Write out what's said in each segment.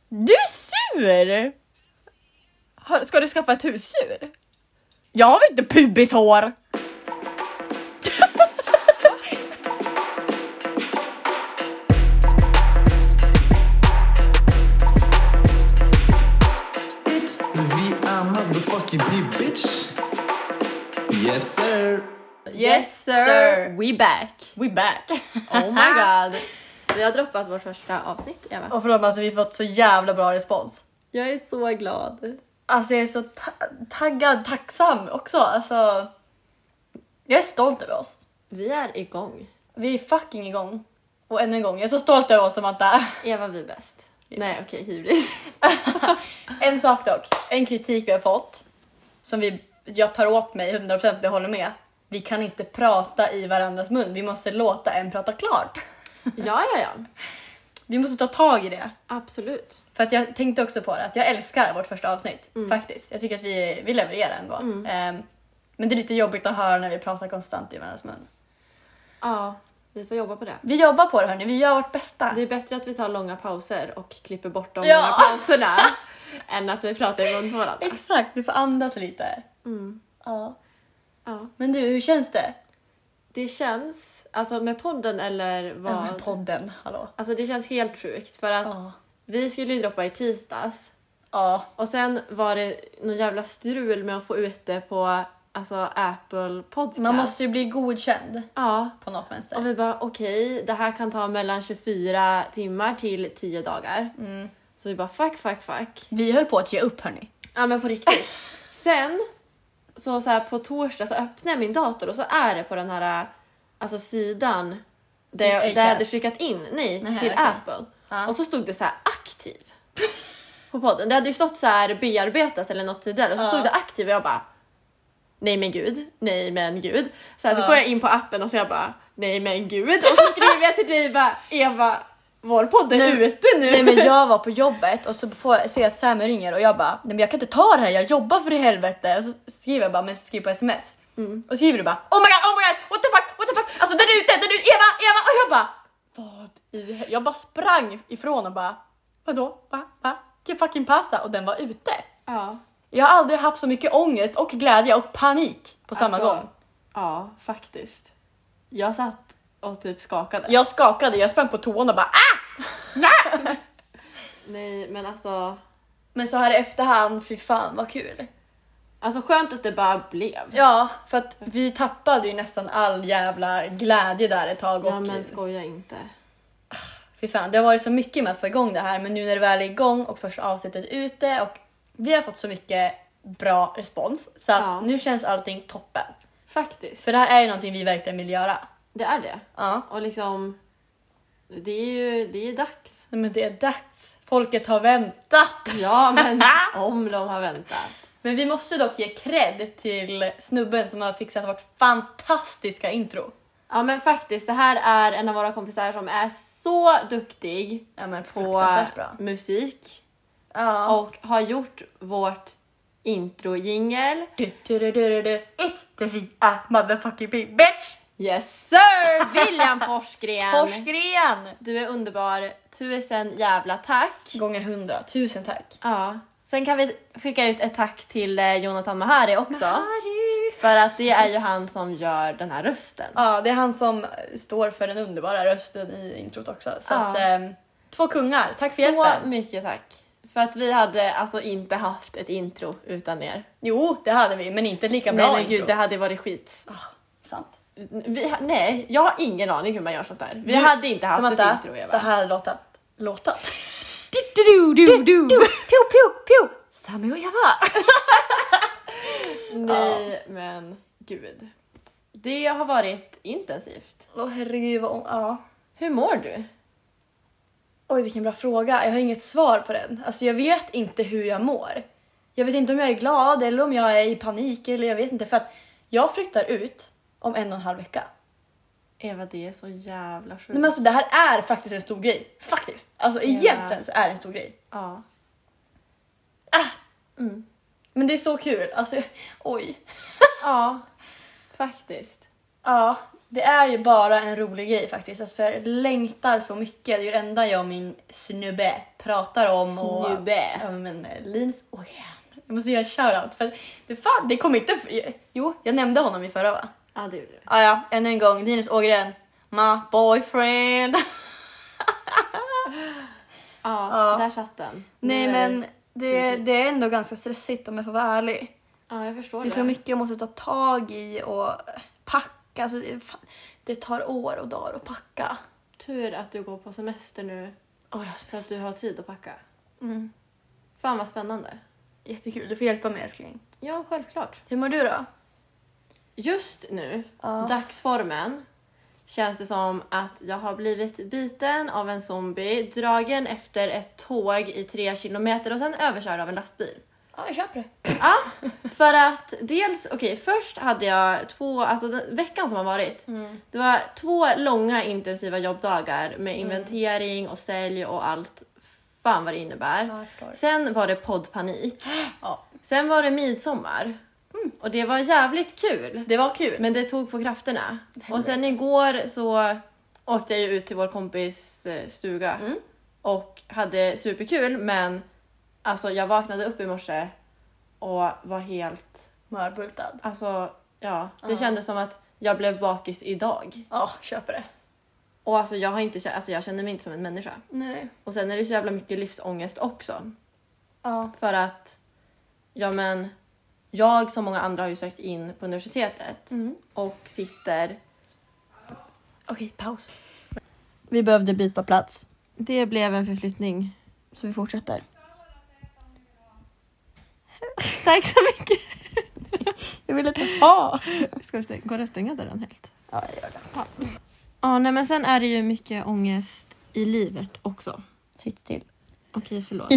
Du är sur! Ska du skaffa ett husdjur? Jag har väl inte pubishår? It's the motherfucking bitch. Yes sir. Yes sir! We back. We back! Oh my god. Vi har droppat vårt första avsnitt, Eva. Och förlåt, alltså, vi har fått så jävla bra respons. Jag är så glad. Alltså jag är så taggad, tacksam också. Alltså, jag är stolt över oss. Vi är igång. Vi är fucking igång. Och ännu en gång, jag är så stolt över oss, Samantha. Eva, vi är bäst. Vi är Nej, bäst. okej, hybris. En sak dock, en kritik vi har fått som jag tar åt mig 100%, jag håller med. Vi kan inte prata i varandras mun, vi måste låta en prata klart. Ja. Vi måste ta tag i det. Absolut. För att jag tänkte också på det, att jag älskar vårt första avsnitt, faktiskt. Jag tycker att vi levererar ändå. Men det är lite jobbigt att höra när vi pratar konstant i varandras mun. Ja, vi får jobba på det. Vi jobbar på det, hörni, vi gör vårt bästa. Det är bättre att vi tar långa pauser och klipper bort de Ja. långa pauserna än att vi pratar i mun på varandra. Exakt, vi får andas lite. Ja. Men du, hur känns det? Det känns, alltså med podden eller vad? Ja, men podden, hallå. Alltså det känns helt sjukt för att vi skulle ju droppa i tisdags. Ja. Och sen var det någon jävla strul med att få ut det på alltså Apple Podcast. Man måste ju bli godkänd Ja. på något vänster. Och vi bara okej, det här kan ta mellan 24 timmar till 10 dagar. Så vi bara fuck. Vi höll på att ge upp, hörni. Ja men på riktigt. Sen så här på torsdag så öppnar jag min dator och så är det på den här alltså sidan där jag hade skickat in till okej. Apple. Ja. Och så stod det så här aktiv på podden. Det hade ju stått så här bearbetas eller något tidigare och så stod det aktiv och jag bara nej men gud. Så går jag in på appen och så jag bara nej men gud och så skriver jag till dig bara Eva, vår podd är ute nu. Nej, men jag var på jobbet och så får jag se att Sam ringer och jag bara, nej men jag kan inte ta det här, jag jobbar för i helvete. Och så skriver jag bara, men skriv på sms. Och skriver du bara, oh my god, what the fuck, alltså den är ute, Eva. Och jag bara, jag bara sprang ifrån och bara, vadå, va? Que fucking passa, och den var ute. Ja. Jag har aldrig haft så mycket ångest och glädje och panik på samma gång. Ja, faktiskt. Jag satt och typ skakade. Jag skakade, jag sprang på toan och bara, Nej, men alltså... Men så här i efterhand, fy fan vad kul. Alltså skönt att det bara blev. Ja, för att vi tappade ju nästan all jävla glädje där ett tag. Ja, Och men skoja inte. fy fan, det har varit så mycket med att få igång det här. Men nu när det väl är igång och första avsnittet är ute och vi har fått så mycket bra respons. Så att nu känns allting toppen. Faktiskt. För det här är ju någonting vi verkligen vill göra. Det är det. Ja. Och liksom... Det är dags. Nej, men det är dags. Folket har väntat. Ja, men om de har väntat. Men vi måste dock ge cred till snubben som har fixat vårt fantastiska intro. Ja, men faktiskt. Det här är en av våra kompisar som är så duktig Ja, men på fruktansvärt bra. musik. Ja. Och har gjort vårt intro-jingel. It's the V.A. motherfucking big bitch. Yes sir! William Forsgren. Forsgren! Du är underbar. 1000 jävla tack. Gånger 100. 1000 tack. Ja. Sen kan vi skicka ut ett tack till Jonathan Mahari också. Harry. För att det är ju han som gör den här rösten. Ja, det är han som står för den underbara rösten i introt också. Så Ja. att, 2 kungar. Tack för Så hjälpen. mycket tack. För att vi hade alltså inte haft ett intro utan er. Jo, det hade vi, men inte ett lika bra Nej men intro. gud, det hade varit skit. Sant. Nej, jag har ingen aning hur man gör sånt där. Vi hade inte haft Samantha, ett intro, Eva. så här låtat. Du. Pew. Sammy och Eva. Nej, men gud. Det har varit intensivt. Åh herregud, ja. Hur mår du? Oj, vilken bra fråga. Jag har inget svar på den. Alltså jag vet inte hur jag mår. Jag vet inte om jag är glad eller om jag är i panik eller jag vet inte. För att jag flyttar ut om 1,5 vecka. Eva, det är så jävla sjukt. Nej, men alltså det här är faktiskt en stor grej. Faktiskt. Alltså egentligen så är det en stor grej. Ja. Men det är så kul. Alltså, oj. Ja, faktiskt. Ja, Det är ju bara en rolig grej faktiskt. Alltså, för jag längtar så mycket. Det är ju det enda jag och min snubbe pratar om. Snubbe. Och, ja, men Linus Ågren. Jag måste göra shoutout. För det kommer inte... Jo, jag nämnde honom i förra va? Ja, det gjorde du. Ja, ännu en gång. Linus Ågren. My boyfriend. Ja, där satt den. Nej, Nu är men det är ändå ganska stressigt om jag får vara ärlig. Ja, jag förstår Det är så mycket jag måste ta tag i och packa. Alltså, det tar år och dagar att packa. Tur att du går på semester nu så att du har tid att packa. Mm. Fan vad spännande. Jättekul. Du får hjälpa mig älskling. Ja, självklart. Hur mår du då? Just nu, Ja. dagsformen, känns det som att jag har blivit biten av en zombie, dragen efter ett tåg i 3 kilometer och sen överkörd av en lastbil. Ja, jag köper det. Ja, för att dels, först hade jag veckan som har varit. Det var 2 långa intensiva jobbdagar med inventering och sälj och allt. Fan vad det innebär. Ja, jag förstår. Sen var det poddpanik. Ja. Sen var det midsommar. Och det var jävligt kul. Det var kul. Men det tog på krafterna. Och sen igår så åkte jag ju ut till vår kompis stuga. Och hade superkul. Men alltså jag vaknade upp i morse och var helt... Mörbultad. Alltså ja, det kändes som att jag blev bakis idag. Ja, köper det. Och alltså jag känner mig inte som en människa. Nej. Och sen är det så jävla mycket livsångest också. Ja. För att, jag som många andra har ju sökt in på universitetet. Och sitter... Okej, paus. Vi behövde byta plats. Det blev en förflyttning. Så vi fortsätter. Tack så mycket. Jag vill inte ha. Går det att stänga dörren helt? Ja, jag gör det. Ja, nej men sen är det ju mycket ångest i livet också. Sitt still. Okej, förlåt.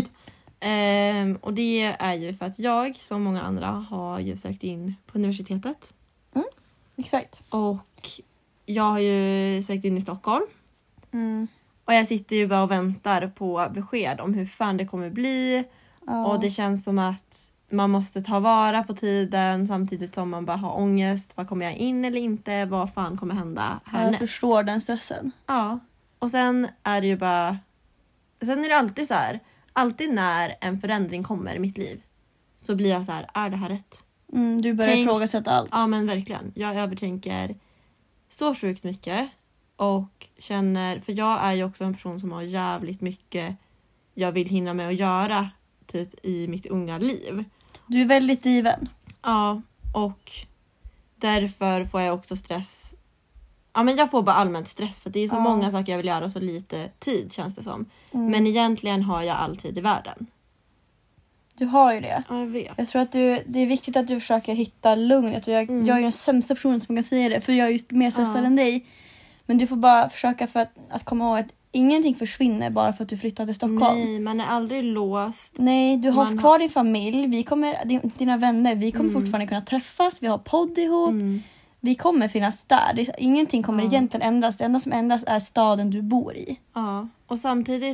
Och det är ju för att jag, som många andra, har ju sökt in på universitetet. Exakt. Och jag har ju sökt in i Stockholm. Och jag sitter ju bara och väntar på besked om hur fan det kommer bli. Ja. Och det känns som att man måste ta vara på tiden samtidigt som man bara har ångest. Vad kommer jag in eller inte? Vad fan kommer hända Jag härnäst? förstår den stressen. Ja. Och sen är det ju bara... Sen är det alltid så här. Alltid när en förändring kommer i mitt liv så blir jag så här, är det här rätt? Du börjar ifrågasätta allt. Ja, men verkligen. Jag övertänker så sjukt mycket. Och känner... För jag är ju också en person som har jävligt mycket jag vill hinna med att göra typ i mitt unga liv. Du är väldigt driven. Ja, och därför får jag också stress. Ja, men jag får bara allmänt stress för det är så många saker jag vill göra och så lite tid känns det som. Men egentligen har jag all tid i världen. Du har ju det. Ja, jag vet. Jag tror att det är viktigt att du försöker hitta lugnet. Jag är den sämsta personen som kan säga det. För jag är just mer stressad än dig. Men du får bara försöka för att komma ihåg att ingenting försvinner bara för att du flyttar till Stockholm. Nej, man är aldrig låst. Nej, du har kvar din familj. Dina vänner. Vi kommer fortfarande kunna träffas. Vi har podd ihop. Vi kommer finnas där. Ingenting kommer egentligen ändras. Det enda som ändras är staden du bor i. Ja, och samtidigt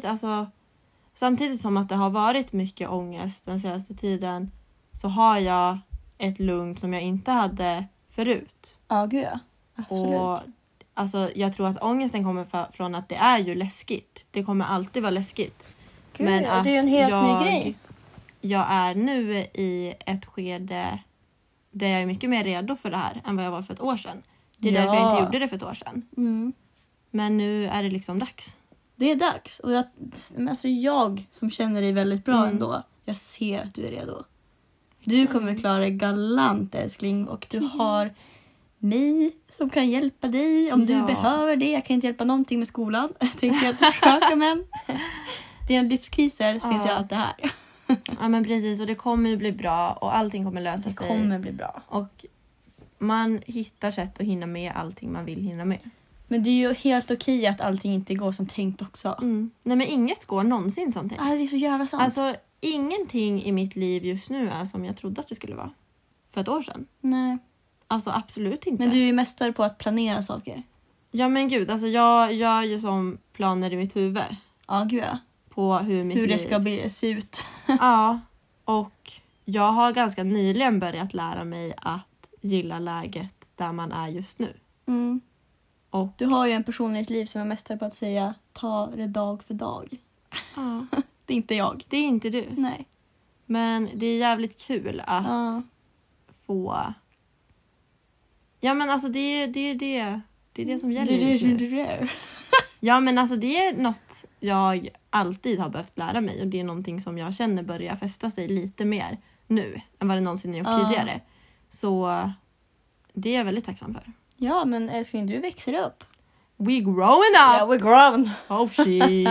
som att det har varit mycket ångest den senaste tiden så har jag ett lugn som jag inte hade förut. Ja, gud ja. Absolut. Och alltså, jag tror att ångesten kommer från att det är ju läskigt. Det kommer alltid vara läskigt. Gud, Men ja, att det är ju en helt ny grej. Jag är nu i ett skede där jag är mycket mer redo för det här än vad jag var för ett år sedan. Det är därför jag inte gjorde det för ett år sedan. Men nu är det liksom dags. Det är dags. Och jag som känner dig väldigt bra ändå. Jag ser att du är redo. Du kommer klara det galant älskling. Och du har mig som kan hjälpa dig om du behöver det. Jag kan inte hjälpa någonting med skolan. Jag tänker att försöka men dina livskriser finns ju alltid här. Ja men precis, och det kommer ju bli bra och allting kommer lösa sig. Det kommer bli bra. Och man hittar sätt att hinna med allting man vill hinna med. Men det är ju helt okej att allting inte går som tänkt också. Nej men inget går någonsin som tänkt. Det är så jävla sant. Alltså ingenting i mitt liv just nu är som jag trodde att det skulle vara. För ett år sedan. Nej. Alltså absolut inte. Men du är ju mästare på att planera saker. Ja men gud, alltså jag gör ju som planer i mitt huvud. Ja gud ja. På hur det ska se ut. Ja, och jag har ganska nyligen börjat lära mig att gilla läget där man är just nu. Och Du har ju en person i ditt liv som är mästare på att säga ta det dag för dag. ja, Det är inte jag. det är inte du. Nej. Men det är jävligt kul att Ja. få... Ja men alltså det är det som gäller Det just nu. är. Ja men alltså det är något jag alltid har behövt lära mig. Och det är någonting som jag känner börjar fästa sig lite mer nu än vad det någonsin har gjort tidigare. Så det är jag väldigt tacksam för. Ja, men älskling, du växer upp. We growing up! Ja, we're grown. Oh shit!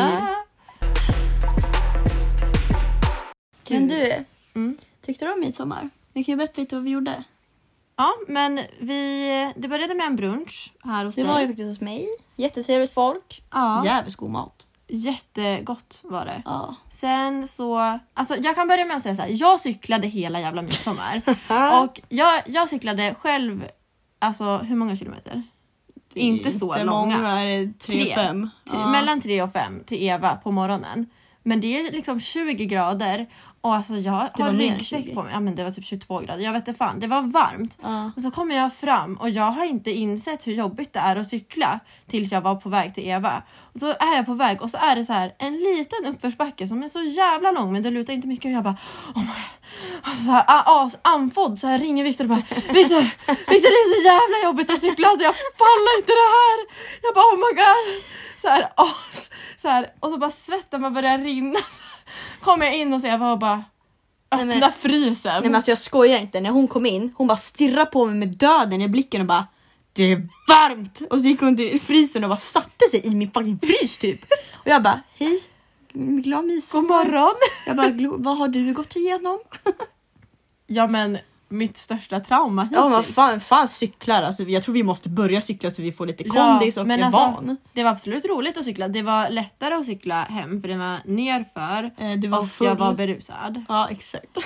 Men du, Mm. tyckte du om midsommar? Vi kan ju berätta lite vad vi gjorde. Ja, men det började med en brunch här hos Det dig. var ju faktiskt hos mig. Jättetrevligt folk. Ja, Jävligt god mat. jättegott var det. Ja. Sen så... Alltså jag kan börja med att säga så här. Jag cyklade hela jävla midsommar. Och jag cyklade själv... Alltså hur många kilometer? Inte så långa. Många är det 3-5. Mellan 3 och 5 till Eva på morgonen. Men det är liksom 20 grader. Och alltså jag Det har var mer än ryggsäck 20. på mig. Ja men det var typ 22 grader. Jag vet inte fan. Det var varmt. Ja. Och så kommer jag fram och jag har inte insett hur jobbigt det är att cykla tills jag var på väg till Eva. Och så är jag på väg och så är det så här en liten uppförsbacke som är så jävla lång men det lutar inte mycket och jag bara oh my. Och så här anfodd så här ringer Victor och bara Victor det är så jävla jobbigt att cykla så jag pallar inte det här. Jag bara oh my god. Så här och så bara svetten bara börjar rinna. Kommer jag in och så jag var bara öppna frysen. Nej men alltså jag skojar inte. När hon kom in, hon bara stirrade på mig med döden i blicken och bara det är varmt! Och så gick hon till frysen och bara satte sig i min fucking frys typ. Och jag bara hej, glad midsommar. God morgon. Jag bara vad har du gått igenom? Ja men mitt största trauma hittills. Ja men fan cyklar. Alltså, jag tror vi måste börja cykla så vi får lite kondis och men är alltså, van. det var absolut roligt att cykla. Det var lättare att cykla hem för det var nerför Du var och full. jag var berusad. Ja exakt.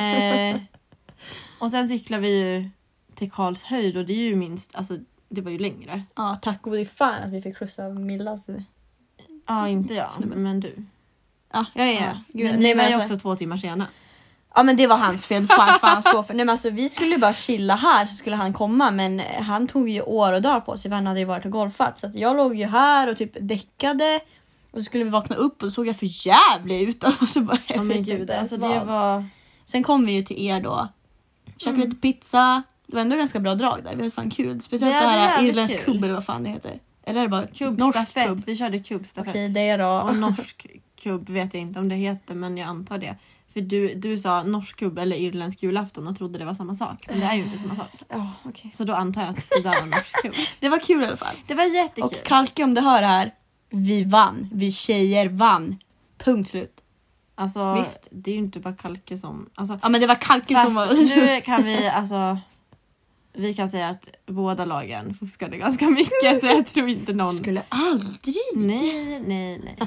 Och sen cyklar vi ju till Karlshöjd och det är ju minst, alltså det var ju längre. Ja tack gode fan att vi fick skjutsa Millas. Ja inte jag, Snubben. men du. Ja. Gud, Ni nej, var men ju alltså, också 2 timmar sena. ja men det var hans fel. Fan stå för. Nej men alltså vi skulle ju bara chilla här så skulle han komma men han tog ju år och dagar på sig för han hade ju varit och golfat så att jag låg ju här och typ däckade och så skulle vi vakna upp och så såg jag för jävlig ut och så bara Ja men gud, alltså det var... Sen kom vi ju till er då. Käkade lite pizza. Det var ändå ganska bra drag där. Vi hade fan kul. Speciellt Ja, det det är här jävligt irländsk kul. kubb eller vad fan det heter. Eller är det bara norsk Kubbstafett, kubb? vi körde kubbstafett. Okej, det då. Och norsk kubb vet jag inte om det heter men jag antar det. För du sa norsk kubb eller irländsk julafton och trodde det var samma sak. Men det är ju inte samma sak. Ja, okej. Så då antar jag att det där var norsk kubb. Det var kul i alla fall. Det var jättekul. Och Kalke om du hör det här. Vi vann. Vi tjejer vann. Punkt slut. Alltså, Visst. det är ju inte bara Kalke som... Alltså, Ja men det var Kalke som fast var... nu kan vi alltså... Vi kan säga att båda lagen fuskade ganska mycket så jag tror inte någon... Skulle aldrig. Nej.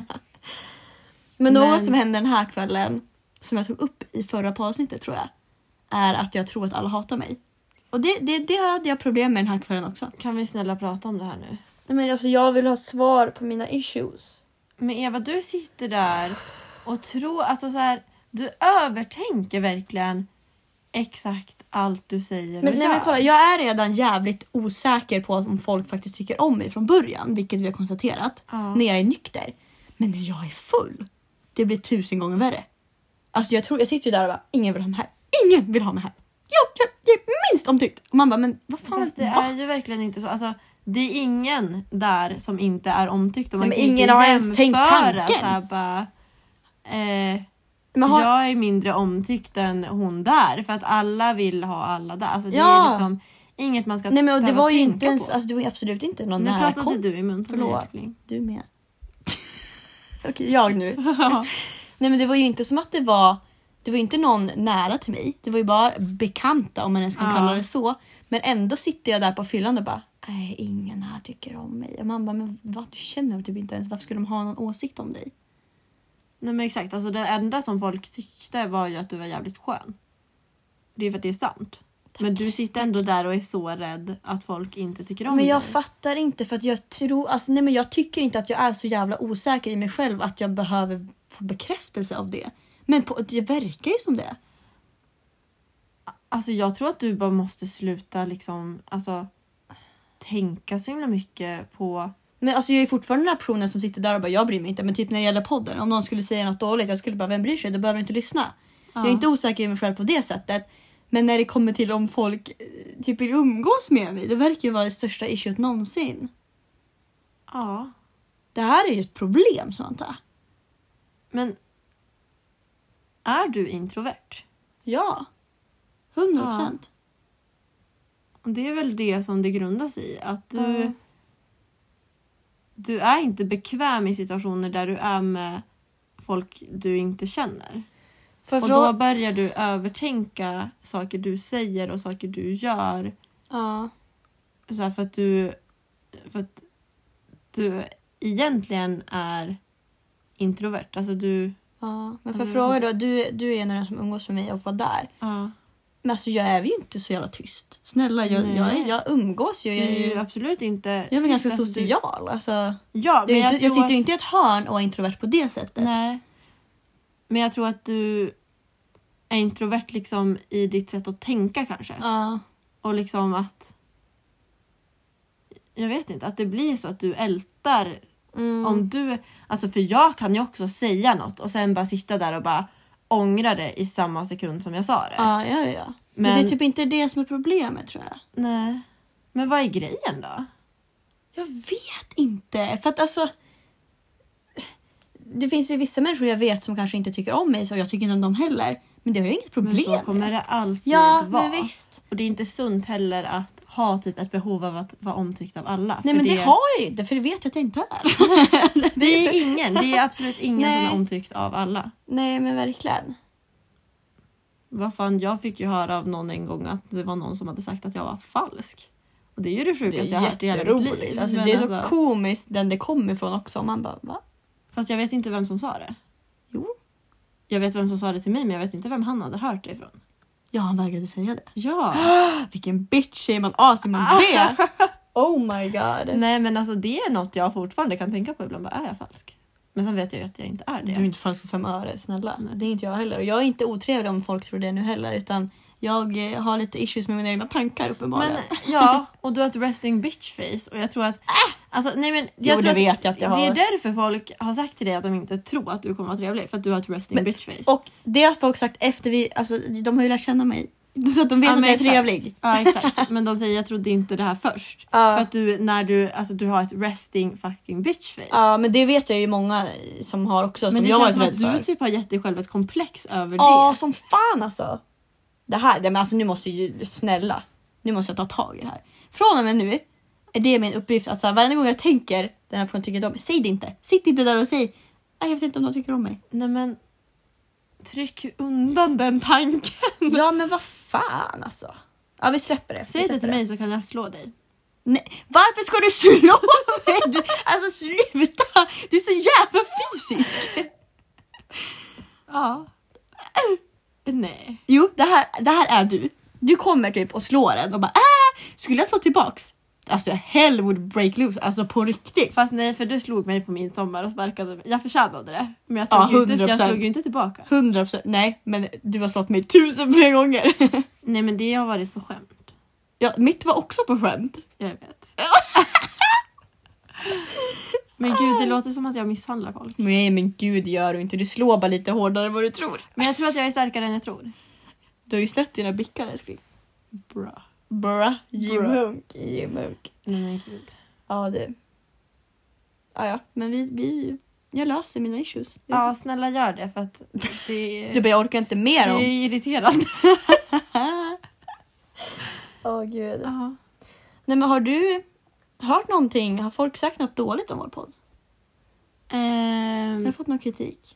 Men något Men- som hände den här kvällen som jag tog upp i förra avsnittet tror jag är att jag tror att alla hatar mig. Och det hade jag problem med den här kvällen också. Kan vi snälla prata om det här nu? Nej, men alltså jag vill ha svar på mina issues. Men Eva, du sitter där och tror... Alltså så här, du övertänker verkligen exakt allt du säger Men, och nej, gör. men kolla, jag är redan jävligt osäker på om folk faktiskt tycker om mig från början, vilket vi har konstaterat, Ja. när jag är nykter. Men när jag är full, det blir 1000 gånger värre. Alltså jag sitter ju där och bara, ingen vill ha mig här. Ingen vill ha mig här. Jag är minst omtyckt. Och man bara, men vad fan, Fast det är ju verkligen inte så. Alltså, det är ingen där som inte är omtyckt. Och man Nej, men kan ingen inte har ens tänkt jämföra tanken. så här bara, Men har, jag är mindre omtyckt än hon där. För att alla vill ha alla där. Alltså, det Ja. är liksom inget man ska nej men och det behöva var ju tänka inte ens, på. alltså det var ju absolut inte någon Nu nära pratade kom. du i mun på mig, Förlåt. älskling. Du med. Okej, jag nu. Nej men det var ju inte som att det var inte någon nära till mig. Det var ju bara bekanta om man ens kan Ja. kalla det så. Men ändå sitter jag där på fyllan och bara, nej ingen här tycker om mig. Och man bara, men vad, du känner typ inte ens, varför skulle de ha någon åsikt om dig? Nej men exakt, alltså det enda som folk tyckte var ju att du var jävligt skön. Det är för att det är sant. Men du sitter ändå där och är så rädd att folk inte tycker om Men dig. jag fattar inte för att jag tror, alltså nej men jag tycker inte att jag är så jävla osäker i mig själv att jag behöver få bekräftelse av det. Men det verkar ju som det. Alltså jag tror att du bara måste sluta liksom, alltså tänka så himla mycket på... Men alltså jag är fortfarande den här personen som sitter där och bara jag bryr mig inte. Men typ när det gäller podden, om någon skulle säga något dåligt, jag skulle bara, vem bryr sig? Du behöver inte lyssna. Jag är inte osäker i mig själv på det sättet. Men när det kommer till om folk typ vill umgås med mig, det verkar ju vara det största issuet någonsin. Ja. Det här är ju ett problem, Samantha. Men är du introvert? Ja. 100%. Och det är väl det som det grundas i. Att du är inte bekväm i situationer där du är med folk du inte känner. Och då börjar du övertänka saker du säger och saker du gör. Ja. Så här, för att du egentligen är introvert. Alltså du... Ja. Men för fråga då, du är en av de som umgås med mig och var där. Ja. Men alltså jag är ju inte så jävla tyst. Snälla, jag umgås ju. Du är ju absolut inte... Jag är väl ganska social. Alltså, ja, men jag sitter ju inte i ett hörn och är introvert på det sättet. Nej. Men jag tror att du är introvert liksom i ditt sätt att tänka kanske. Ja. Och liksom att... Jag vet inte, att det blir så att du ältar... Om du... Alltså för jag kan ju också säga något och sen bara sitta där och bara ångra det i samma sekund som jag sa det. Ja. Men det är typ inte det som är problemet, tror jag. Nej. Men vad är grejen då? Jag vet inte. För att alltså... Det finns ju vissa människor jag vet som kanske inte tycker om mig, så jag tycker inte om dem heller. Men det är ju inget problem. Men så kommer det alltid vara. Men visst. Och det är inte sunt heller att ha typ ett behov av att vara omtyckt av alla. Nej, men det har jag ju inte, för det vet jag att jag inte är. Det är absolut ingen som är omtyckt av alla. Nej, men verkligen. Vad fan, jag fick ju höra av någon en gång att det var någon som hade sagt att jag var falsk. Och det är ju det sjukaste jag har hört i hela mitt liv. Alltså, det är så komiskt den det kommer ifrån också. Man bara, va? Fast jag vet inte vem som sa det. Jo. Jag vet vem som sa det till mig, men jag vet inte vem han hade hört det ifrån. Ja, han vägrade säga det. Ja. Vilken bitch är man det? Oh my god. Nej, men alltså det är något jag fortfarande kan tänka på ibland. Bara, är jag falsk? Men sen vet jag ju att jag inte är det. Du är inte falsk för 5 öre, snälla. Nej. Det är inte jag heller. Och jag är inte otrevlig om folk tror det nu heller. Utan jag har lite issues med mina egna tankar uppenbarligen. Men ja, och du har ett resting bitch face. Och jag tror att... Alltså, nej, men jag tror vet jag att jag har. Det är därför folk har sagt till dig att de inte tror att du kommer vara trevlig. För att du har ett resting bitch face. Och det har folk sagt efter vi... Alltså, de har ju lärt känna mig. Så att de vet att jag är trevlig. Ja, exakt. Men de säger, jag trodde inte det här först. För att du har ett resting fucking bitch face. Ja, men det vet jag ju många som har också. Men som det jag känns har som att du typ har gett dig själv ett komplex över det. Ja, som fan alltså. Det här, men alltså nu måste ju, snälla. Nu måste jag ta tag i det här. Från och med nu är det min uppgift att så här, varje gång jag tänker den här personen tycker om mig, säg det inte. Sitt inte där och säg, jag vet inte om de tycker om mig. Nej, men tryck undan den tanken. Ja, men vad fan alltså. Ja, vi släpper det. Säg det till mig så kan jag slå dig. Nej, varför ska du slå mig? Alltså sluta. Du är så jävla fysisk. Ja. Nej. Jo, det här är du. Du kommer typ och slår den och bara skulle jag slå tillbaks? Alltså hell would break loose, alltså på riktigt. Fast nej, för du slog mig på min sommar och sparkade mig. Jag förtjänade det. Men jag slog ju inte tillbaka. 100%. Nej, men du har slått mig 1000 fler gånger. Nej, men det har varit på skämt. Ja, mitt var också på skämt. Jag vet. Men gud, det låter som att jag misshandlar folk. Nej, men gud, gör du inte. Du slår bara lite hårdare än vad du tror. Men jag tror att jag är starkare än jag tror. Du har ju sett dina bickar, älskling. Bra. Jim Hunk. Nej, men gud. Ja, du. Ja, men jag löser mina issues. Ja, snälla gör det, för att det... Du bara, jag orkar inte mer om. Det är irriterande. Gud. Nej, men har du hört någonting? Har folk sagt något dåligt om vår podd? Har du fått någon kritik?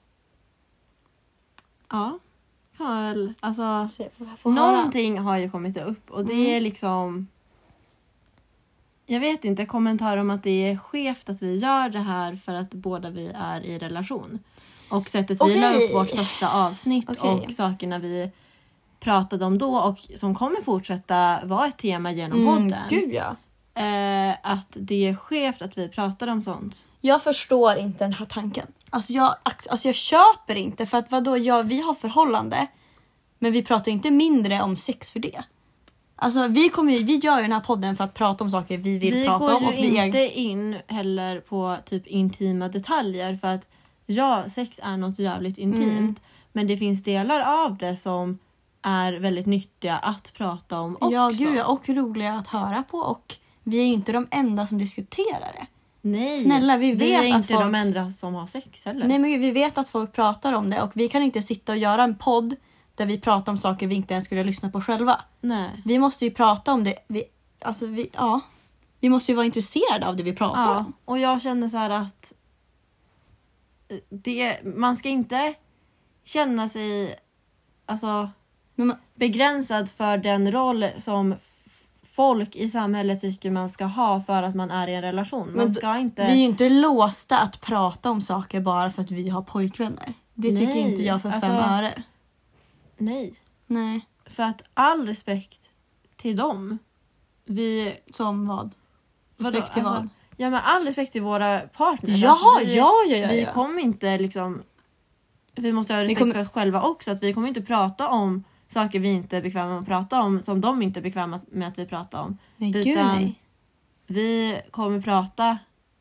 Ja. Väl, alltså får någonting har ju kommit upp och det är liksom, jag vet inte, kommentarer om att det är skevt att vi gör det här för att båda vi är i relation. Och sättet vi la upp vårt första avsnitt och sakerna vi pratade om då och som kommer fortsätta vara ett tema genom podden. Gud ja. Att det är skevt att vi pratar om sånt. Jag förstår inte den här tanken. Alltså jag köper inte, för att vadå, vi har förhållande, men vi pratar inte mindre om sex för det. Alltså vi gör ju den här podden för att prata om saker vi vill prata om. Vi går och ju inte in heller på typ intima detaljer för att sex är något jävligt intimt. Men det finns delar av det som är väldigt nyttiga att prata om också. Ja, gud, och roliga att höra på. Och vi är ju inte de enda som diskuterar det. Nej, Snälla, vi vet är att inte de enda som har sex heller. Nej, men vi vet att folk pratar om det. Och vi kan inte sitta och göra en podd där vi pratar om saker vi inte ens skulle lyssna på själva. Nej. Vi måste ju prata om det. Vi måste ju vara intresserade av det vi pratar om. Och jag känner så här att man ska inte känna sig begränsad för den roll som folk i samhället tycker man ska ha för att man är i en relation. Man ska inte... Vi är ju inte låsta att prata om saker bara för att vi har pojkvänner. Det tycker inte jag för 5 öre. Nej. För att all respekt till dem. Som vad? Respekt till vad? Ja, men all respekt till våra partners. Ja. Vi kommer inte liksom... Vi måste ha respekt för oss själva också. Att vi kommer inte prata om saker vi inte är bekväma med att prata om. Som de inte är bekväma med att vi pratar om. Nej. Vi kommer prata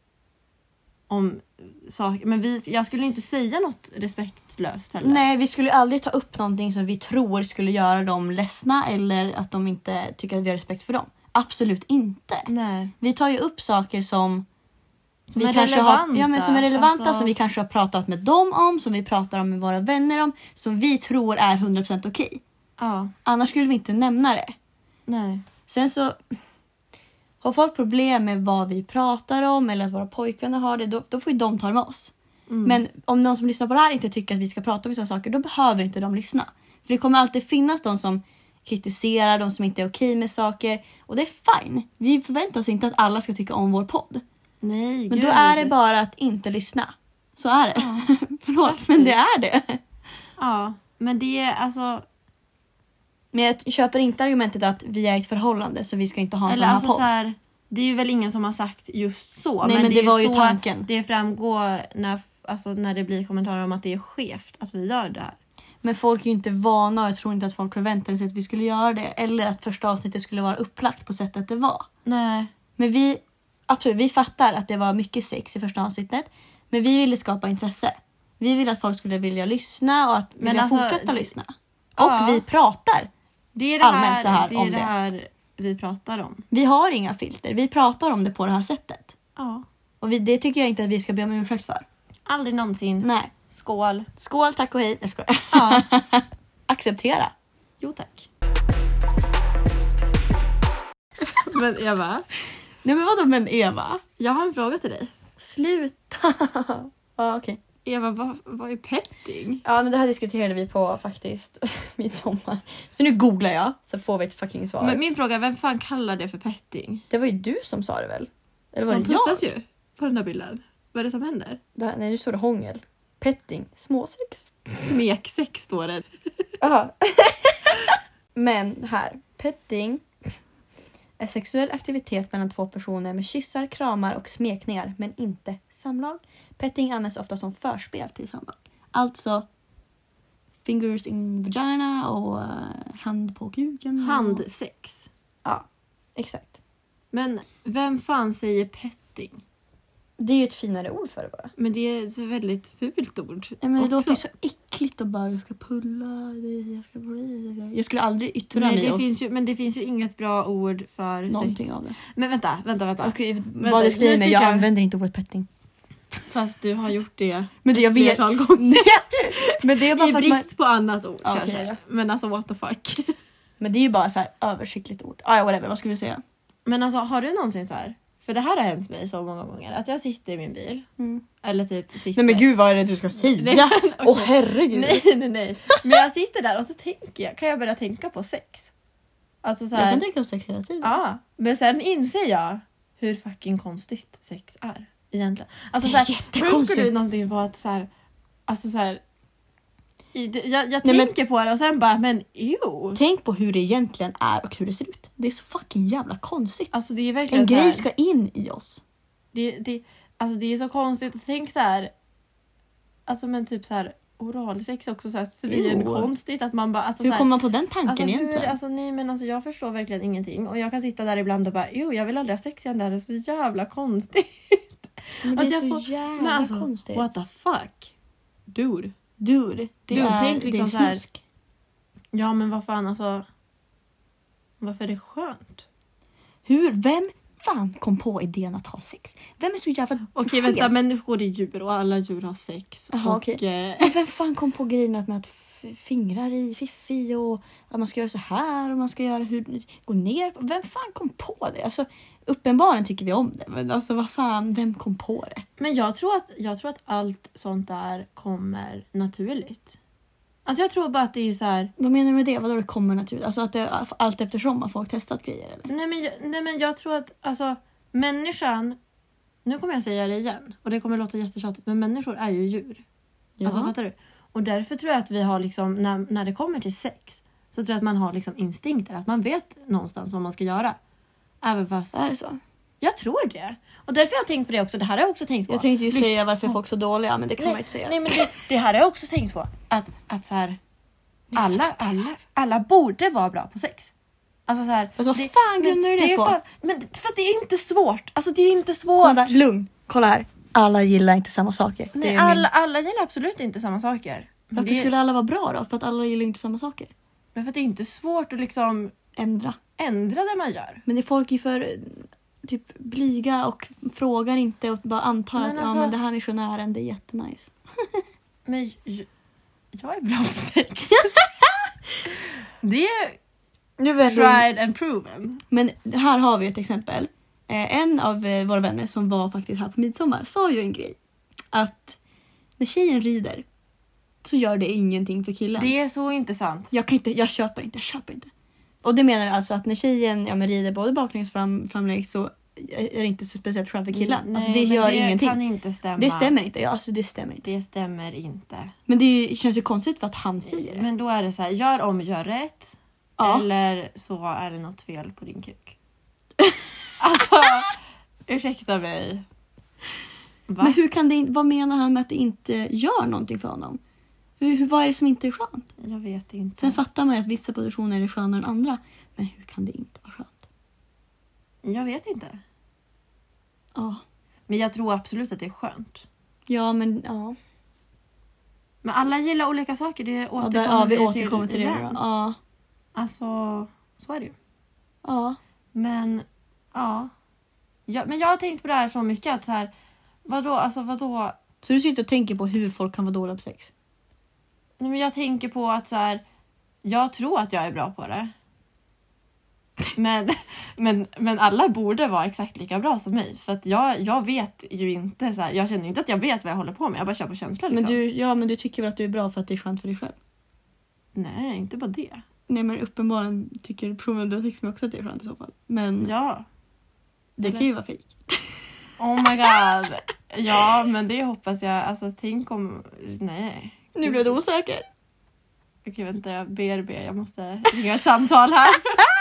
om saker. Men jag skulle inte säga något respektlöst heller. Nej, vi skulle aldrig ta upp någonting som vi tror skulle göra dem ledsna. Eller att de inte tycker att vi har respekt för dem. Absolut inte. Nej. Vi tar ju upp saker som vi är kanske relevanta. Som är relevanta, som vi kanske har pratat med dem om, som vi pratar om med våra vänner om, som vi tror är 100% okej. Ja. Annars skulle vi inte nämna det. Nej. Sen så har folk problem med vad vi pratar om eller att våra pojkvänner har det, då får ju de ta det med oss. Men om någon som lyssnar på det här inte tycker att vi ska prata om vissa saker, då behöver inte de lyssna. För det kommer alltid finnas de som kritiserar, de som inte är okej med saker. Och det är fine. Vi förväntar oss inte att alla ska tycka om vår podd. Nej, men då är det bara att inte lyssna. Så är det. Ja, förlåt, faktiskt. Men det är det. Ja, men det är alltså... Men jag köper inte argumentet att vi är i ett förhållande så vi ska inte ha en sån här podd. Så här, det är ju väl ingen som har sagt just så. Nej, men det var ju så tanken. Det framgår när det blir kommentarer om att det är skevt att vi gör det här. Men folk är ju inte vana och jag tror inte att folk förväntade sig att vi skulle göra det. Eller att första avsnittet skulle vara upplagt på sättet det var. Nej. Men vi fattar att det var mycket sex i första avsnittet. Men vi ville skapa intresse. Vi ville att folk skulle vilja lyssna och att vilja fortsätta lyssna. Och vi pratar allmänt så här om det. Det är det här vi pratar om. Vi har inga filter. Vi pratar om det på det här sättet. Ja. Och det tycker jag inte att vi ska be om ursäkt för. Aldrig någonsin. Nej. Skål. Skål, tack och hej. Jag skojar. Ja. Acceptera. Jo, tack. Men Eva. Nej, men vadå men Eva? Jag har en fråga till dig. Sluta. Ja, okej. Eva, vad är petting? Ja, men det här diskuterade vi på faktiskt midsommar. Så nu googlar jag så får vi ett fucking svar. Men min fråga är, vem fan kallar det för petting? Det var ju du som sa det väl? Eller var De det jag? pussas ju på den där bilden. Vad är det som händer? Nej, nu står det hångel. Petting. Småsex. Smeksex står det. Aha. Men här. Petting är sexuell aktivitet mellan 2 personer med kyssar, kramar och smekningar, men inte samlag. Petting används ofta som förspel till samlag. Alltså fingers in vagina och hand på kuken. Handsex. Ja, exakt. Men vem fan säger petting? Det är ju ett finare ord för det bara. Men det är ett väldigt fult ord. Ja, men det låter ju så äckligt att bara jag ska pulla dig, jag ska bli. Jag skulle aldrig yttra mig. Men det finns ju inget bra ord för någonting sex. Av det. Men vänta. Okej, vad det skriver mig. Jag använder inte ordet petting. Fast du har gjort det men det jag vet gånger. Men det är bara i brist på annat ord kanske. Ja. Men alltså what the fuck. Men det är ju bara så här översiktligt ord. Ja, whatever, vad skulle du säga? Men alltså har du någonsin så här, för det här har hänt mig så många gånger att jag sitter i min bil eller typ sitter. Nej men gud, vad är det du ska säga? Åh herregud. Nej. Men jag sitter där och så kan jag börja tänka på sex. Alltså så här, jag kan tänka på sex hela tiden. Ja, men sen inser jag hur fucking konstigt sex är egentligen. Alltså det är så här, jättekonstigt. tänker du någonting på att så här, alltså så här, jag tänker på det och sen bara, men jo. Tänk på hur det egentligen är och hur det ser ut. Det är så fucking jävla konstigt. Alltså det är verkligen en så här, grej ska in i oss. Alltså det är så konstigt. Tänk så här, alltså men typ så här, oralsex är också så här svinkonstigt att man bara alltså, hur så här, kommer man på den tanken alltså, egentligen? Alltså nej men alltså jag förstår verkligen ingenting och jag kan sitta där ibland och bara jag vill aldrig ha sex igen, det här är så jävla konstigt. Men det att är jag så jävla men alltså, konstigt. What the fuck? Dude, tänk liksom det så är här, snusk. ja men vad fan alltså, varför är det skönt? Vem fan kom på idén att ha sex? Vem är så jävla Okej, vänta, människor är djur och alla djur har sex. Aha, och, Men vem fan kom på grejen med att fingrar i fiffi och att man ska göra så här och man ska göra gå ner? Vem fan kom på det? Alltså, uppenbarligen tycker vi om det, men alltså vad fan, vem kom på det? Men jag tror att allt sånt där kommer naturligt. Alltså jag tror bara att det är så här. Vad menar du med det? Vadå det kommer naturligt? Alltså att det allt eftersom har folk testat grejer eller? Nej men jag tror att alltså människan, nu kommer jag säga det igen och det kommer låta jättetjatigt, men människor är ju djur. Ja. Alltså fattar du? Och därför tror jag att vi har liksom när det kommer till sex så tror jag att man har liksom instinkter, att man vet någonstans vad man ska göra. Även fast Är det så? jag tror det. Och därför har jag tänkt på det också. Det här har jag också tänkt på. Jag tänkte ju säga varför är folk så dåliga, men det kan man inte säga. Nej men det här har jag också tänkt på. Att så här alla borde vara bra på sex. Alltså så här. Fast vad fan grundar du det på? Men för att det är inte svårt. Alltså det är inte svårt. Sådär, lugn. Kolla här. Alla gillar inte samma saker. Nej, alla gillar absolut inte samma saker. Varför skulle alla vara bra då? För att alla gillar inte samma saker. Men för att det är inte svårt att liksom ändra det man gör. Men det är folk ju för typ blyga och frågar inte och bara antar men att alltså, men det här missionären, det är jättenice. Men jag är bra på sex. Det är tried and proven. Men här har vi ett exempel. En av våra vänner som var faktiskt här på midsommar sa ju en grej. Att när tjejen rider så gör det ingenting för killen. Det är så intressant. Jag köper inte. Och det menar alltså att när tjejen rider både baklänges framläggs så är det inte så speciellt skönt för killen. Nej, alltså det gör ingenting. Kan inte stämma. Det stämmer inte. Ja, alltså det stämmer inte. Det stämmer inte. Men det känns ju konstigt för att han säger det. Men då är det så här, gör om, gör rätt. Ja. Eller så är det något fel på din kuk. Alltså, ursäkta mig. Va? Men hur kan det vad menar han med att det inte gör någonting för honom? Vad är det som inte är skönt? Jag vet inte. Sen fattar man att vissa positioner är skönare än andra. Men hur kan det inte vara skönt? Jag vet inte. Ja. Men jag tror absolut att det är skönt. Ja, men ja. Men alla gillar olika saker. Det Vi återkommer till det. Ja. Alltså, så är det ju. Ja. Men, ja. Men jag har tänkt på det här så mycket att så här, vadå? Så du sitter och tänker på hur folk kan vara dåliga på sex? Nej, men jag tänker på att så här, jag tror att jag är bra på det. Men alla borde vara exakt lika bra som mig. För att jag vet ju inte så här, jag känner inte att jag vet vad jag håller på med. Jag bara kör på känsla liksom. Men du tycker väl att du är bra för att det är skönt för dig själv? Nej, inte bara det. Nej, men uppenbarligen tycker proven du har sex med också att det är skönt i så fall. Men ja. Det kan ju vara fake. Oh my god. Ja, men det hoppas jag. Alltså tänk om... Nej. Nu blev du osäker. Okej, vänta. Jag ber. Jag måste ringa ett samtal här.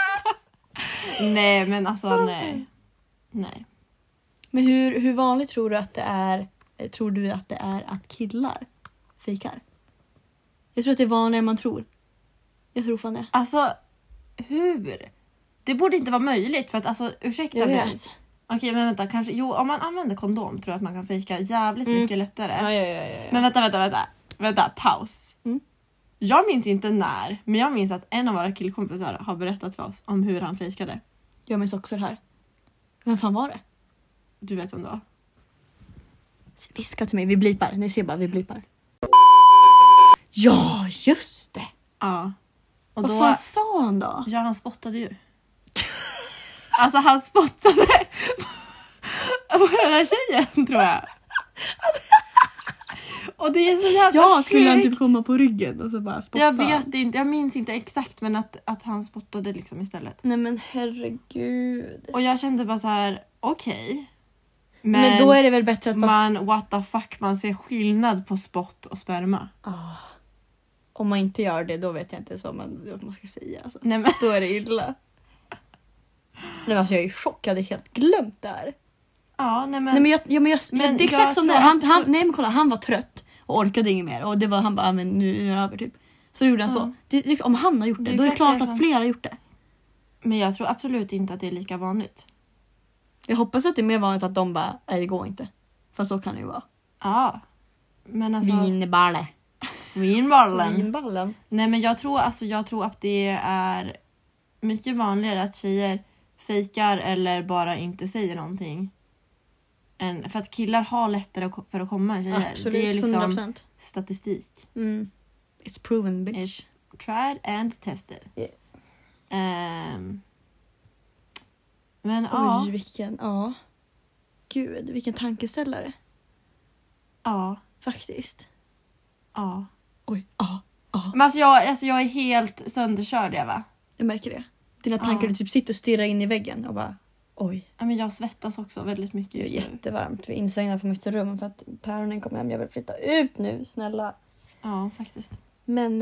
Nej, men alltså nej. Men hur vanligt tror du att det är att killar fejkar? Jag tror att det är vanligare än man tror. Jag tror fan det. Alltså, hur? Det borde inte vara möjligt för att alltså, ursäkta mig. Okej, men vänta, kanske om man använder kondom tror jag att man kan fejka jävligt mycket lättare. Ja. Men vänta, paus. Mm. Jag minns inte när, men jag minns att en av våra killkompisar har berättat för oss om hur han fejkade. Jag minns också det här. Vem fan var det? Du vet om det var. Viska till mig, vi blipar. Nu ser bara, vi blipar. Ja, just det. Ja. Och vad då, fan sa han då? Ja, han spottade ju. Alltså han spottade på den här tjejen, tror jag. Och det är så jävla ja, skulle han typ komma på ryggen och så bara spotta? Jag vet inte, jag minns inte exakt, men att han spottade liksom istället. Nej men herregud. Och jag kände bara så här, okej. Men då är det väl bättre att man, what the fuck, man ser skillnad på spott och sperma. Om man inte gör det, då vet jag inte ens vad man ska säga. Alltså. Nej, men. Då är det illa. Nej, alltså jag är i chock, jag hade helt glömt det här. Ja, nej men... Nej, men det är exakt som det. Nej men kolla, han var trött. och orkade inget mer. Och det var han bara, men nu är det över typ. Så gjorde han så. Om han har gjort det, då är det klart att fler har gjort det. Men jag tror absolut inte att det är lika vanligt. Jag hoppas att det är mer vanligt att de bara, nej det går inte. För så kan det ju vara. Ja. Men alltså... Vinballen. Nej men jag tror att det är mycket vanligare att tjejer fejkar eller bara inte säger någonting. För att killar har lättare för att komma tjejer. Absolut, det är liksom 100%. Statistik. It's proven, bitch. It's tried and tested. Yeah. Men Gud, vilken tankeställare. Ja. Faktiskt. Ja. Oj, Men alltså jag är helt sönderkörd, Eva. Jag märker det. Dina tankar, du typ sitter och stirrar in i väggen och bara, oj. Ja, men jag svettas också väldigt mycket. Det är jättevarmt. Vi är instängda på mitt rum för att päronen kommer hem. Jag vill flytta ut nu, snälla. Ja, faktiskt. Men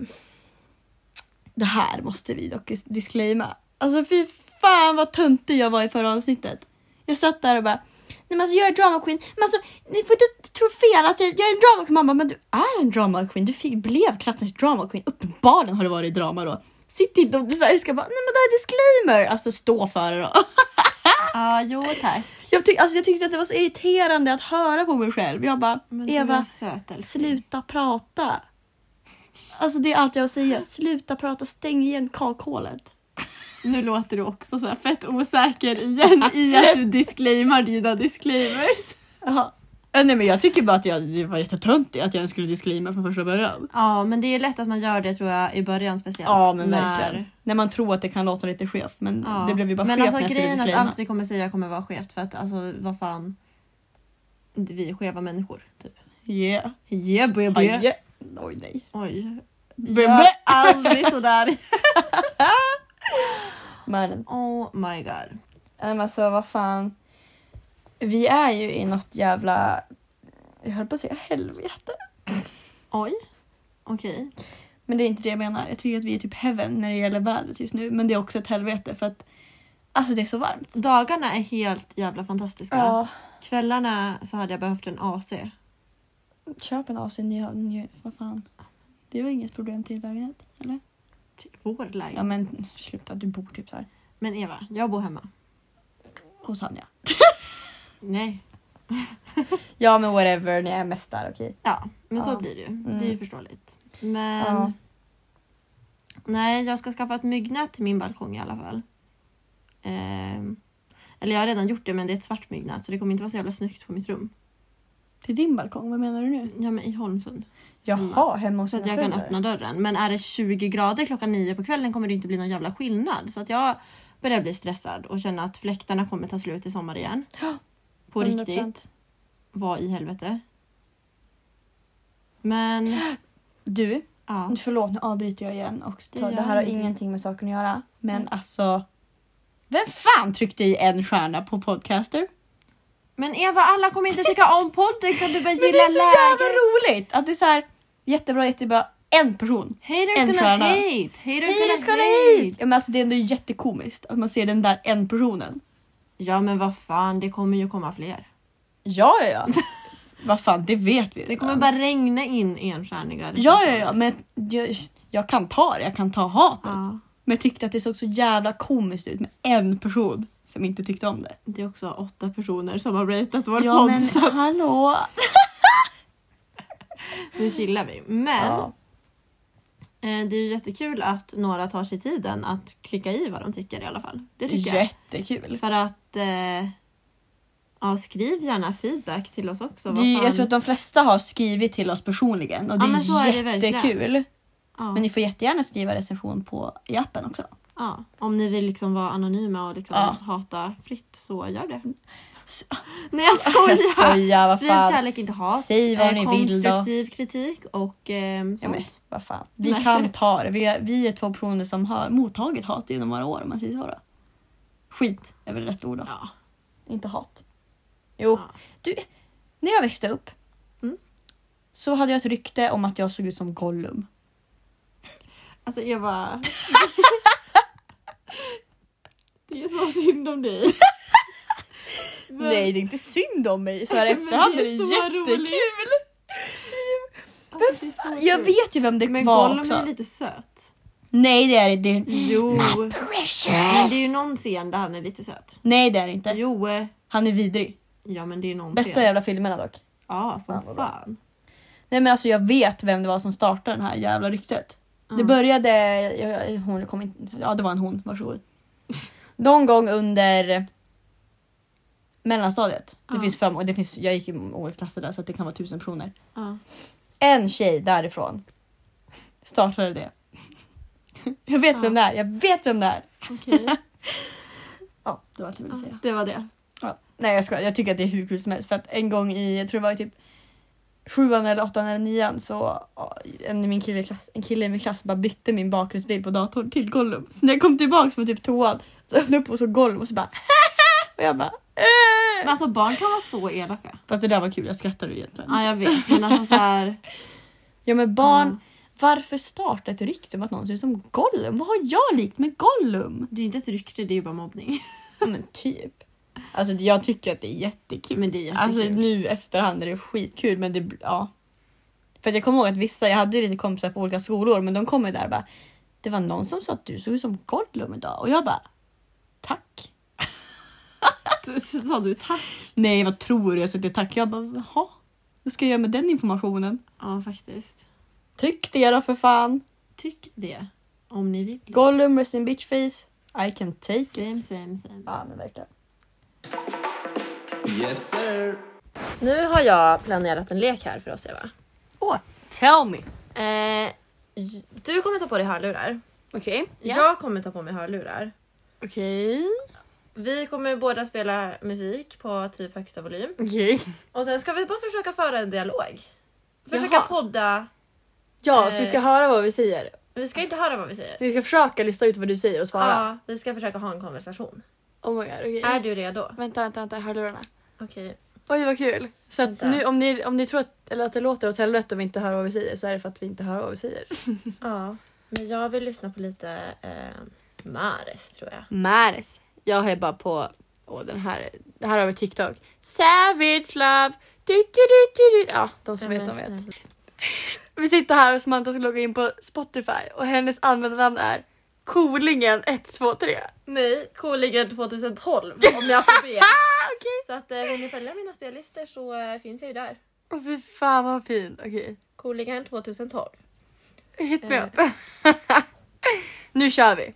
det här måste vi dock disclaima. Alltså fy fan vad töntig jag var i förra avsnittet. Jag satt där och bara, nej men alltså jag är drama queen. Men alltså ni får inte tro fel att jag är en drama queen. Mamma, men du är en drama queen. Du blev klassens drama queen. Uppenbarligen har det varit drama då. Sitt inte och så här, ska bara, nej men det är disclaimer. Alltså stå för det då. Ja, jo tack. Jag tyckte att det var så irriterande att höra på mig själv. Jag bara, Eva, sluta prata. Alltså det är allt jag säger. Sluta prata, stäng igen kakhålet. Nu låter du också så här fett osäker igen i att du disclaimar dina disclaimers. Jaha. Nej men jag tycker bara att det var jättetöntigt att jag skulle disclaima från första början. Ja, men det är lätt att man gör det tror jag i början speciellt. Ja, men verkligen. När man tror att det kan låta lite skevt. Men det blev ju bara skevt när jag skulle disclaima. Men alltså att allt vi kommer säga kommer vara skevt. För att alltså vad fan. Vi är skeva människor typ. Yeah. Yeah baby. Yeah. Oj nej. Oj. Gör aldrig sådär. Men oh my god. Men alltså vad fan. Vi är ju i något jävla, jag höll på att säga helvete. Oj. Okej. Men det är inte det jag menar. Jag tycker att vi är typ heaven när det gäller vädret just nu. Men det är också ett helvete för att alltså det är så varmt. Dagarna är helt jävla fantastiska. Ja. Kvällarna så hade jag behövt en AC. Köp en AC, ni vad fan. Det är väl inget problem till lägenhet, eller? Till vår lägenhet. Ja men sluta, du bor typ så här. Men Eva, jag bor hemma. Hos Anja. Nej. Ja men whatever, ni är mest där, okej. Ja, men så blir det ju. Det är ju förståeligt. Men nej, jag ska skaffa ett myggnät till min balkong i alla fall. Eller jag har redan gjort det, men det är ett svart myggnät så det kommer inte vara så jävla snyggt på mitt rum. Till din balkong, vad menar du nu? Ja, men i Holmsund. Jaha, hemma hos så att jag kan öppna dörren. Men är det 20 grader klockan 9 på kvällen kommer det inte bli någon jävla skillnad. Så att jag börjar bli stressad och känna att fläktarna kommer ta slut i sommar igen. På 100%. Riktigt. Vad i helvete. Men du, förlåt nu avbryter jag igen. Och det här har ingenting med saken att göra. Men alltså, vem fan tryckte i en stjärna på Podcaster? Men Eva, alla kommer inte tycka om podden. Kan du bara gilla läget? Men det är så jävla roligt att det är så här jättebra. En person. Haters gonna hate. Haters gonna hate. Ja, men alltså det är ändå jättekomiskt att man ser den där en personen. Ja, men vad fan, det kommer ju komma fler. Ja. Vad fan, det vet vi. Det kommer bara regna in enstjärniga. Ja, men jag kan ta det. Jag kan ta hatet. Ja. Men jag tyckte att det såg så jävla komiskt ut med en person som inte tyckte om det. Det är också 8 personer som har ratat vår podd. Ja, men hallå. Nu chillar vi. Men det är ju jättekul att några tar sig tiden att klicka i vad de tycker i alla fall. Det tycker jag. Jättekul. För att skriv gärna feedback till oss också. Jag tror att de flesta har skrivit till oss personligen. Och det är jättekul. Ja. Men ni får jättegärna skriva recension i appen också. Ja, om ni vill liksom vara anonyma och liksom hata fritt så gör det. Nej, jag skojar. Sprid kärlek, inte hat. Säg vad ni vill då. Konstruktiv kritik och sånt. Ja, men vad fan. Vi kan ta det. Vi är 2 personer som har mottagit hat inom några år, om man säger så då. Skit är väl rätt ord då. Ja. Inte hat. Jo. Ja. Du, när jag växte upp så hade jag ett rykte om att jag såg ut som Gollum. Alltså Eva. Det är så synd om dig. Nej, det är inte synd om mig. Så här efterhand är det jättekul. Det är så Jag kul. vet ju vem det Men var Gollum också. är lite söt. Nej det är det inte. Jo. Men Precious! det är ju någon scen där han är lite söt. Nej det är det inte. Jo. Han är vidrig. Ja men det är ju någon Bästa scen. jävla filmerna dock. Ja, som Fan, vad bra. fan. Nej men alltså jag vet vem det var som startade den här jävla ryktet. Det började, hon kom inte, ja det var en hon, varsågod. Någon gång under mellanstadiet. Det finns 5 och det finns, jag gick i olika klasser där så att det kan vara 1000 personer. Ja. En tjej därifrån startade det. Jag vet vem det är, jag vet vem det är. Okej. Ja, det var allt jag ville säga. Det var det. Ja. Nej jag skojar, jag tycker att det är hur kul som helst. För att en gång i, jag tror det var i typ 7:an eller 8:an eller 9:an så en kille i min klass bara bytte min bakgrundsbild på datorn till Gollum. Så när jag kom tillbaka från typ 2:an så öppnade jag upp och så Gollum och så bara och jag bara Men alltså barn kan vara så elaka. Fast det där var kul, jag skrattade ju egentligen. Ja jag vet, men alltså så här. Ja men barn, varför starta ett rykte om att någon ser ut som Gollum? Vad har jag likt med Gollum? Det är inte ett rykte, det är ju bara mobbning. Ja men typ. Alltså jag tycker att det är jättekul. Men det är jättekul. Alltså nu efterhand är det skitkul men det, ja. För att jag kommer ihåg att vissa, jag hade ju lite kompisar på olika skolor men de kom ju där och bara det var någon som sa att du såg ut som Gollum idag och jag bara tack. Så sa du tack? Nej vad tror du? Jag sa det tack. Jag bara jaha. Vad ska jag göra med den informationen? Ja faktiskt. Tyck det då för fan. Tyck det. Om ni vill. Gollum, rest in bitch face. I can take it. Same. Ja men verkligen. Yes sir. Nu har jag planerat en lek här för oss Eva. Tell me. Du kommer ta på dig hörlurar. Okej. Jag kommer ta på mig hörlurar. Okej. Vi kommer båda spela musik på typ högsta volym. Okej. Och sen ska vi bara försöka föra en dialog. Försöka Jaha. podda. Ja, så vi ska höra vad vi säger. Vi ska inte höra vad vi säger. Vi ska försöka lista ut vad du säger och svara. Ja, vi ska försöka ha en konversation. Oh my god, okej. Är du redo? Vänta, hörlurarna. Okej. Oj vad kul. Så att Vänta. nu om ni tror att det låter åt helvete om vi inte hör vad vi säger så är det för att vi inte hör vad vi säger. Ja, men jag vill lyssna på lite Mares tror jag. Mares. Jag är bara på det här har vi TikTok. Savage love. Du. Ja, de som vet de vet. Vi sitter här och Samantha ska logga in på Spotify och hennes användarnamn är Kolingen 123. Nej, Kolingen 2012 om jag får be. Okej. Så att vill ni följa mina spellistor så finns jag ju där. Åh fy fan vad fint. Okej. Kolingen 2012. Hit me up. Nu kör vi.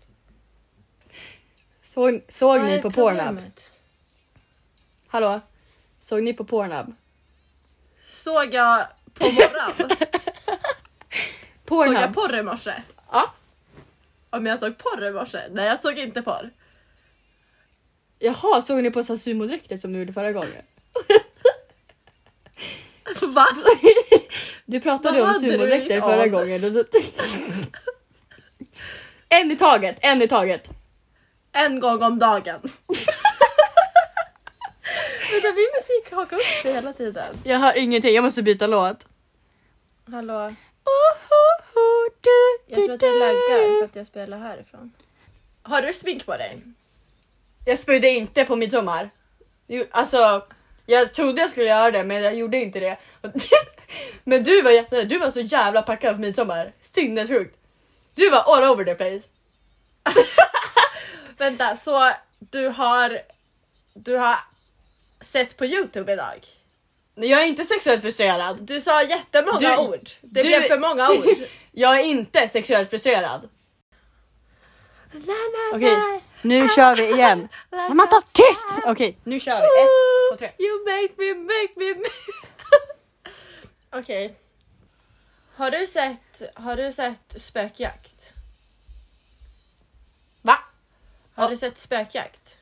Såg ni på Pornhub? Hallå? Såg ni på Pornhub? Såg jag på morgon? Såg Pornhub? jag porr i morse? Ja. Om jag såg porr i morse? Nej, jag såg inte porr. Jaha, såg ni på Sassumo-dräkter som du gjorde förra gången? Va? Du pratade Vad om hade du sumodräkter i förra anus? gången. En i taget. En gång om dagen. Vänta, min musik hakar upp sig hela tiden. Jag hör ingenting, jag måste byta låt. Hallå? Jag tror att jag laggar för att jag spelar härifrån. Har du smink på dig? Jag spydde inte på midsommar. Alltså, jag trodde jag skulle göra det men jag gjorde inte det. Men du var så jävla packad på midsommar. Sinnessjukt. Du var all over the place. Vänta, så du har sett på YouTube idag? Jag är inte sexuellt frustrerad. Du sa jättemånga ord. Det du- blev för många ord. Jag är inte sexuellt frustrerad. Nej. Okej, nu kör vi igen. Samantha, tyst! Okej, nu kör vi. 1, 2, 3. You make me. Okej. Har du sett Spökjakt? Va? Har du sett Spökjakt?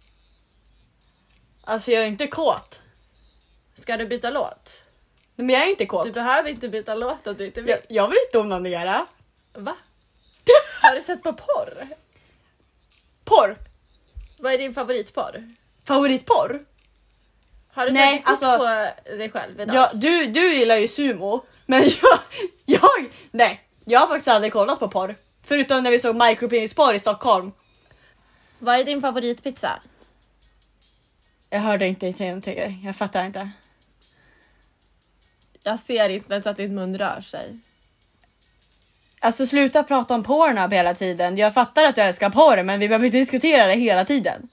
Alltså jag är inte kåt. Ska du byta låt? Men jag är inte kåt. Du behöver inte byta låt om du inte vill. Jag vill inte onanera. Va? Har du sett på porr? Porr. Vad är din favoritporr? Favoritporr? Har du Nej, tagit kort alltså- på dig själv idag? Ja, du gillar ju sumo. Men jag har faktiskt aldrig kollat på porr. Förutom när vi såg micropenisporr i Stockholm. Vad är din favoritpizza? Jag hörde inte till någonting. Jag fattar inte. Jag ser inte ens att din mun rör sig. Alltså sluta prata om Pornhub hela tiden. Jag fattar att du älskar porr, men vi behöver inte diskutera det hela tiden.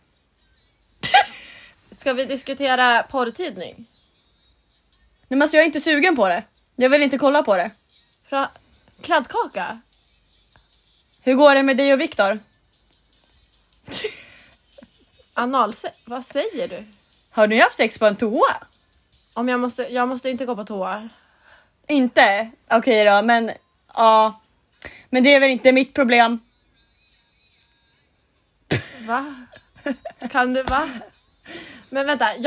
Ska vi diskutera porrtidning? Nej, men alltså jag är inte sugen på det. Jag vill inte kolla på det. Kladdkaka? Hur går det med dig och Viktor? Vad säger du? Har ni haft sex på en toa? Om jag måste inte gå på toa. Inte? Okej då, men ja. Men det är väl inte mitt problem. Va? Kan du, va? Men vänta,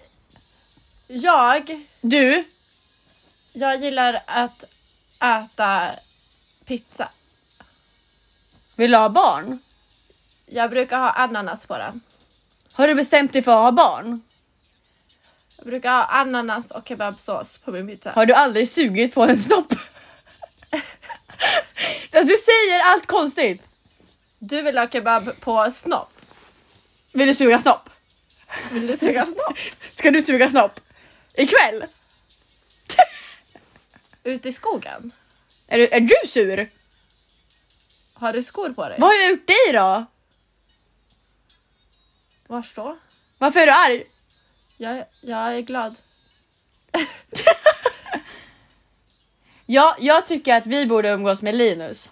jag gillar att äta pizza. Vill du ha barn? Jag brukar ha ananas på den. Har du bestämt dig för att ha barn? Jag brukar ha ananas och kebabsås på min pizza. Har du aldrig sugit på en snopp? Du säger allt konstigt. Du vill ha kebab på snopp? Vill du suga snopp? Vill du suga snopp? Ska du suga snopp? Ikväll? Ute i skogen? Är du sur? Har du skor på dig? Vad har jag gjort dig då? Vars då? Varför är du arg? Jag är glad. Ja, jag tycker att vi borde umgås med Linus.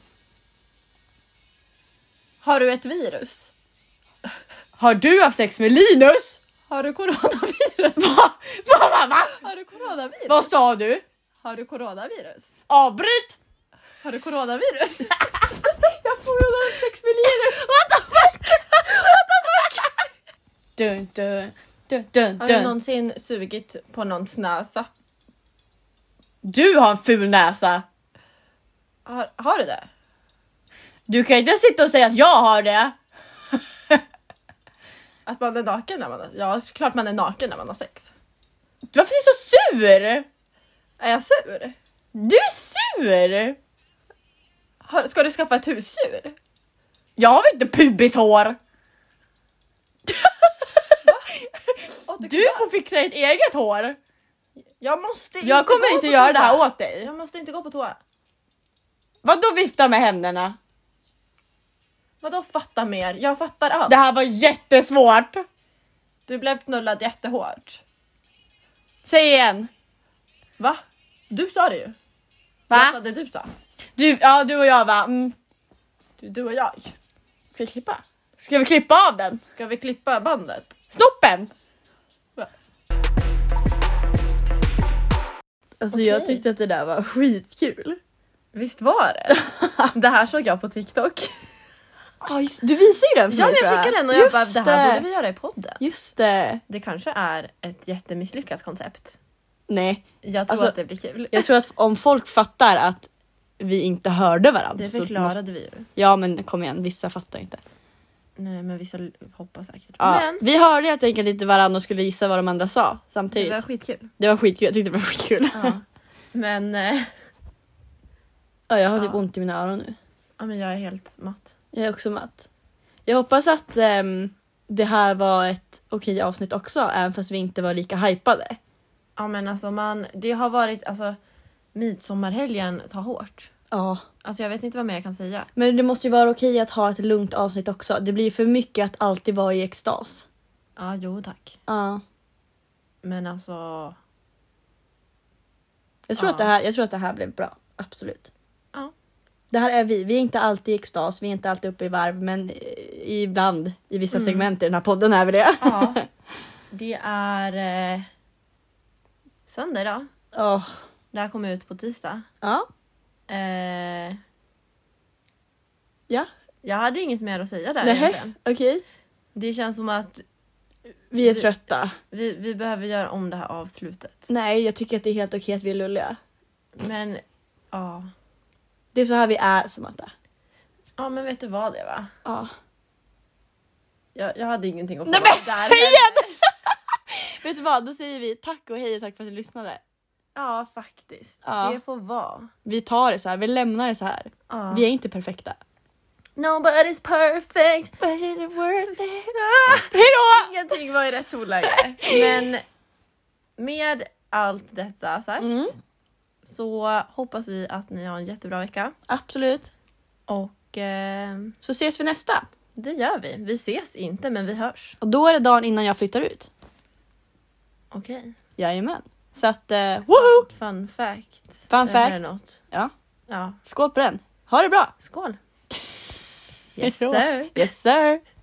Har du ett virus? Har du haft sex med Linus? Har du coronavirus? Va? Har du coronavirus? Vad sa du? Har du coronavirus? Avbryt! Har du coronavirus? Jag får ju ha sex med Linus. What the fuck? What the fuck? Dun, dun, dun, dun, Har du dun. någonsin sugit på någons näsa? Du har en ful näsa. Har du det? Du kan inte sitta och säga att jag har det. Att man är naken när man har... Ja, klart man är naken när man har sex. Varför är du så sur? Är jag sur? Du är sur. Ska du skaffa ett husdjur? Jag har väl inte pubishår. Du får fixa ditt eget hår. Jag kommer inte göra det här åt dig. Jag måste inte gå på toa. Vadå vifta med händerna? Vadå fatta mer? Jag fattar allt. Det här var jättesvårt. Du blev knullad jättehårt. Säg igen. Va? Du sa det ju. Va? Jag sa det du sa. Du och jag va? Mm. Du och jag. Ska vi klippa? Ska vi klippa av den? Ska vi klippa bandet? Snoppen! Va? Alltså Okej. jag tyckte att det där var skitkul. Visst var det? Det här såg jag på TikTok. Du visar ju den för Ja, mig, men jag skickade den och jag bara, det här borde vi göra i podden. Just det. Det kanske är ett jättemisslyckat koncept. Nej. Jag tror Alltså, att det blir kul. Jag tror att om folk fattar att vi inte hörde varandra. Det så förklarade vi ju. Ja men kom igen, vissa fattar inte. Nej, men vissa hoppas säkert. Ja, Men vi hörde helt enkelt inte varandra och skulle gissa vad de andra sa det samtidigt. var skitkul. Det var skitkul, jag tyckte det var skitkul. Ja. Men, Ja, jag har typ Ja. ont i mina öron nu. ja, men jag är helt matt. Jag är också matt. Jag hoppas att det här var ett okej avsnitt också, även fast vi inte var lika hypade. Ja, men alltså det har varit, alltså midsommarhelgen tar hårt. Ja. Alltså jag vet inte vad mer jag kan säga. Men det måste ju vara okej att ha ett lugnt avsnitt också. Det blir för mycket att alltid vara i extas. Ja, jo tack. Ja. Men alltså, Jag tror att det här blev bra. Absolut. ja. Det här är vi. Vi är inte alltid i extas. Vi är inte alltid uppe i varv. Men ibland i vissa segment i den här podden är vi det. Ja. Det är söndag idag. Åh. Det här kommer ut på tisdag. Ja. Ja. Jag hade inget mer att säga där Nej. egentligen. Okej. Det känns som att Vi är trötta. vi behöver göra om det här avslutet. Nej, jag tycker att det är helt okej att vi är lulliga. Men, ja. Det är så här vi är, Samantha. Ja, men vet du vad det var? Ja. Jag hade ingenting att få Nej, men där. igen! Vet du vad? Då säger vi tack och hej och tack för att du lyssnade. Ja, faktiskt. Ja. Det får vara. Vi tar det så här. Vi lämnar det så här. Ja. Vi är inte perfekta. Nobody's perfect. But it's worth it. Hejdå! Ingenting var i rätt tonläge. Men med allt detta sagt Mm. så hoppas vi att ni har en jättebra vecka. Absolut. Och Så ses vi nästa. det gör vi. Vi ses inte, men vi hörs. Och då är det dagen innan jag flyttar ut. Okej. Jajamän. Så att, woho! Fun fact. Fun fact. Eller något. Ja, Ja. skål på den. Ha det bra! Skål. Yes Hejdå. sir. Yes sir!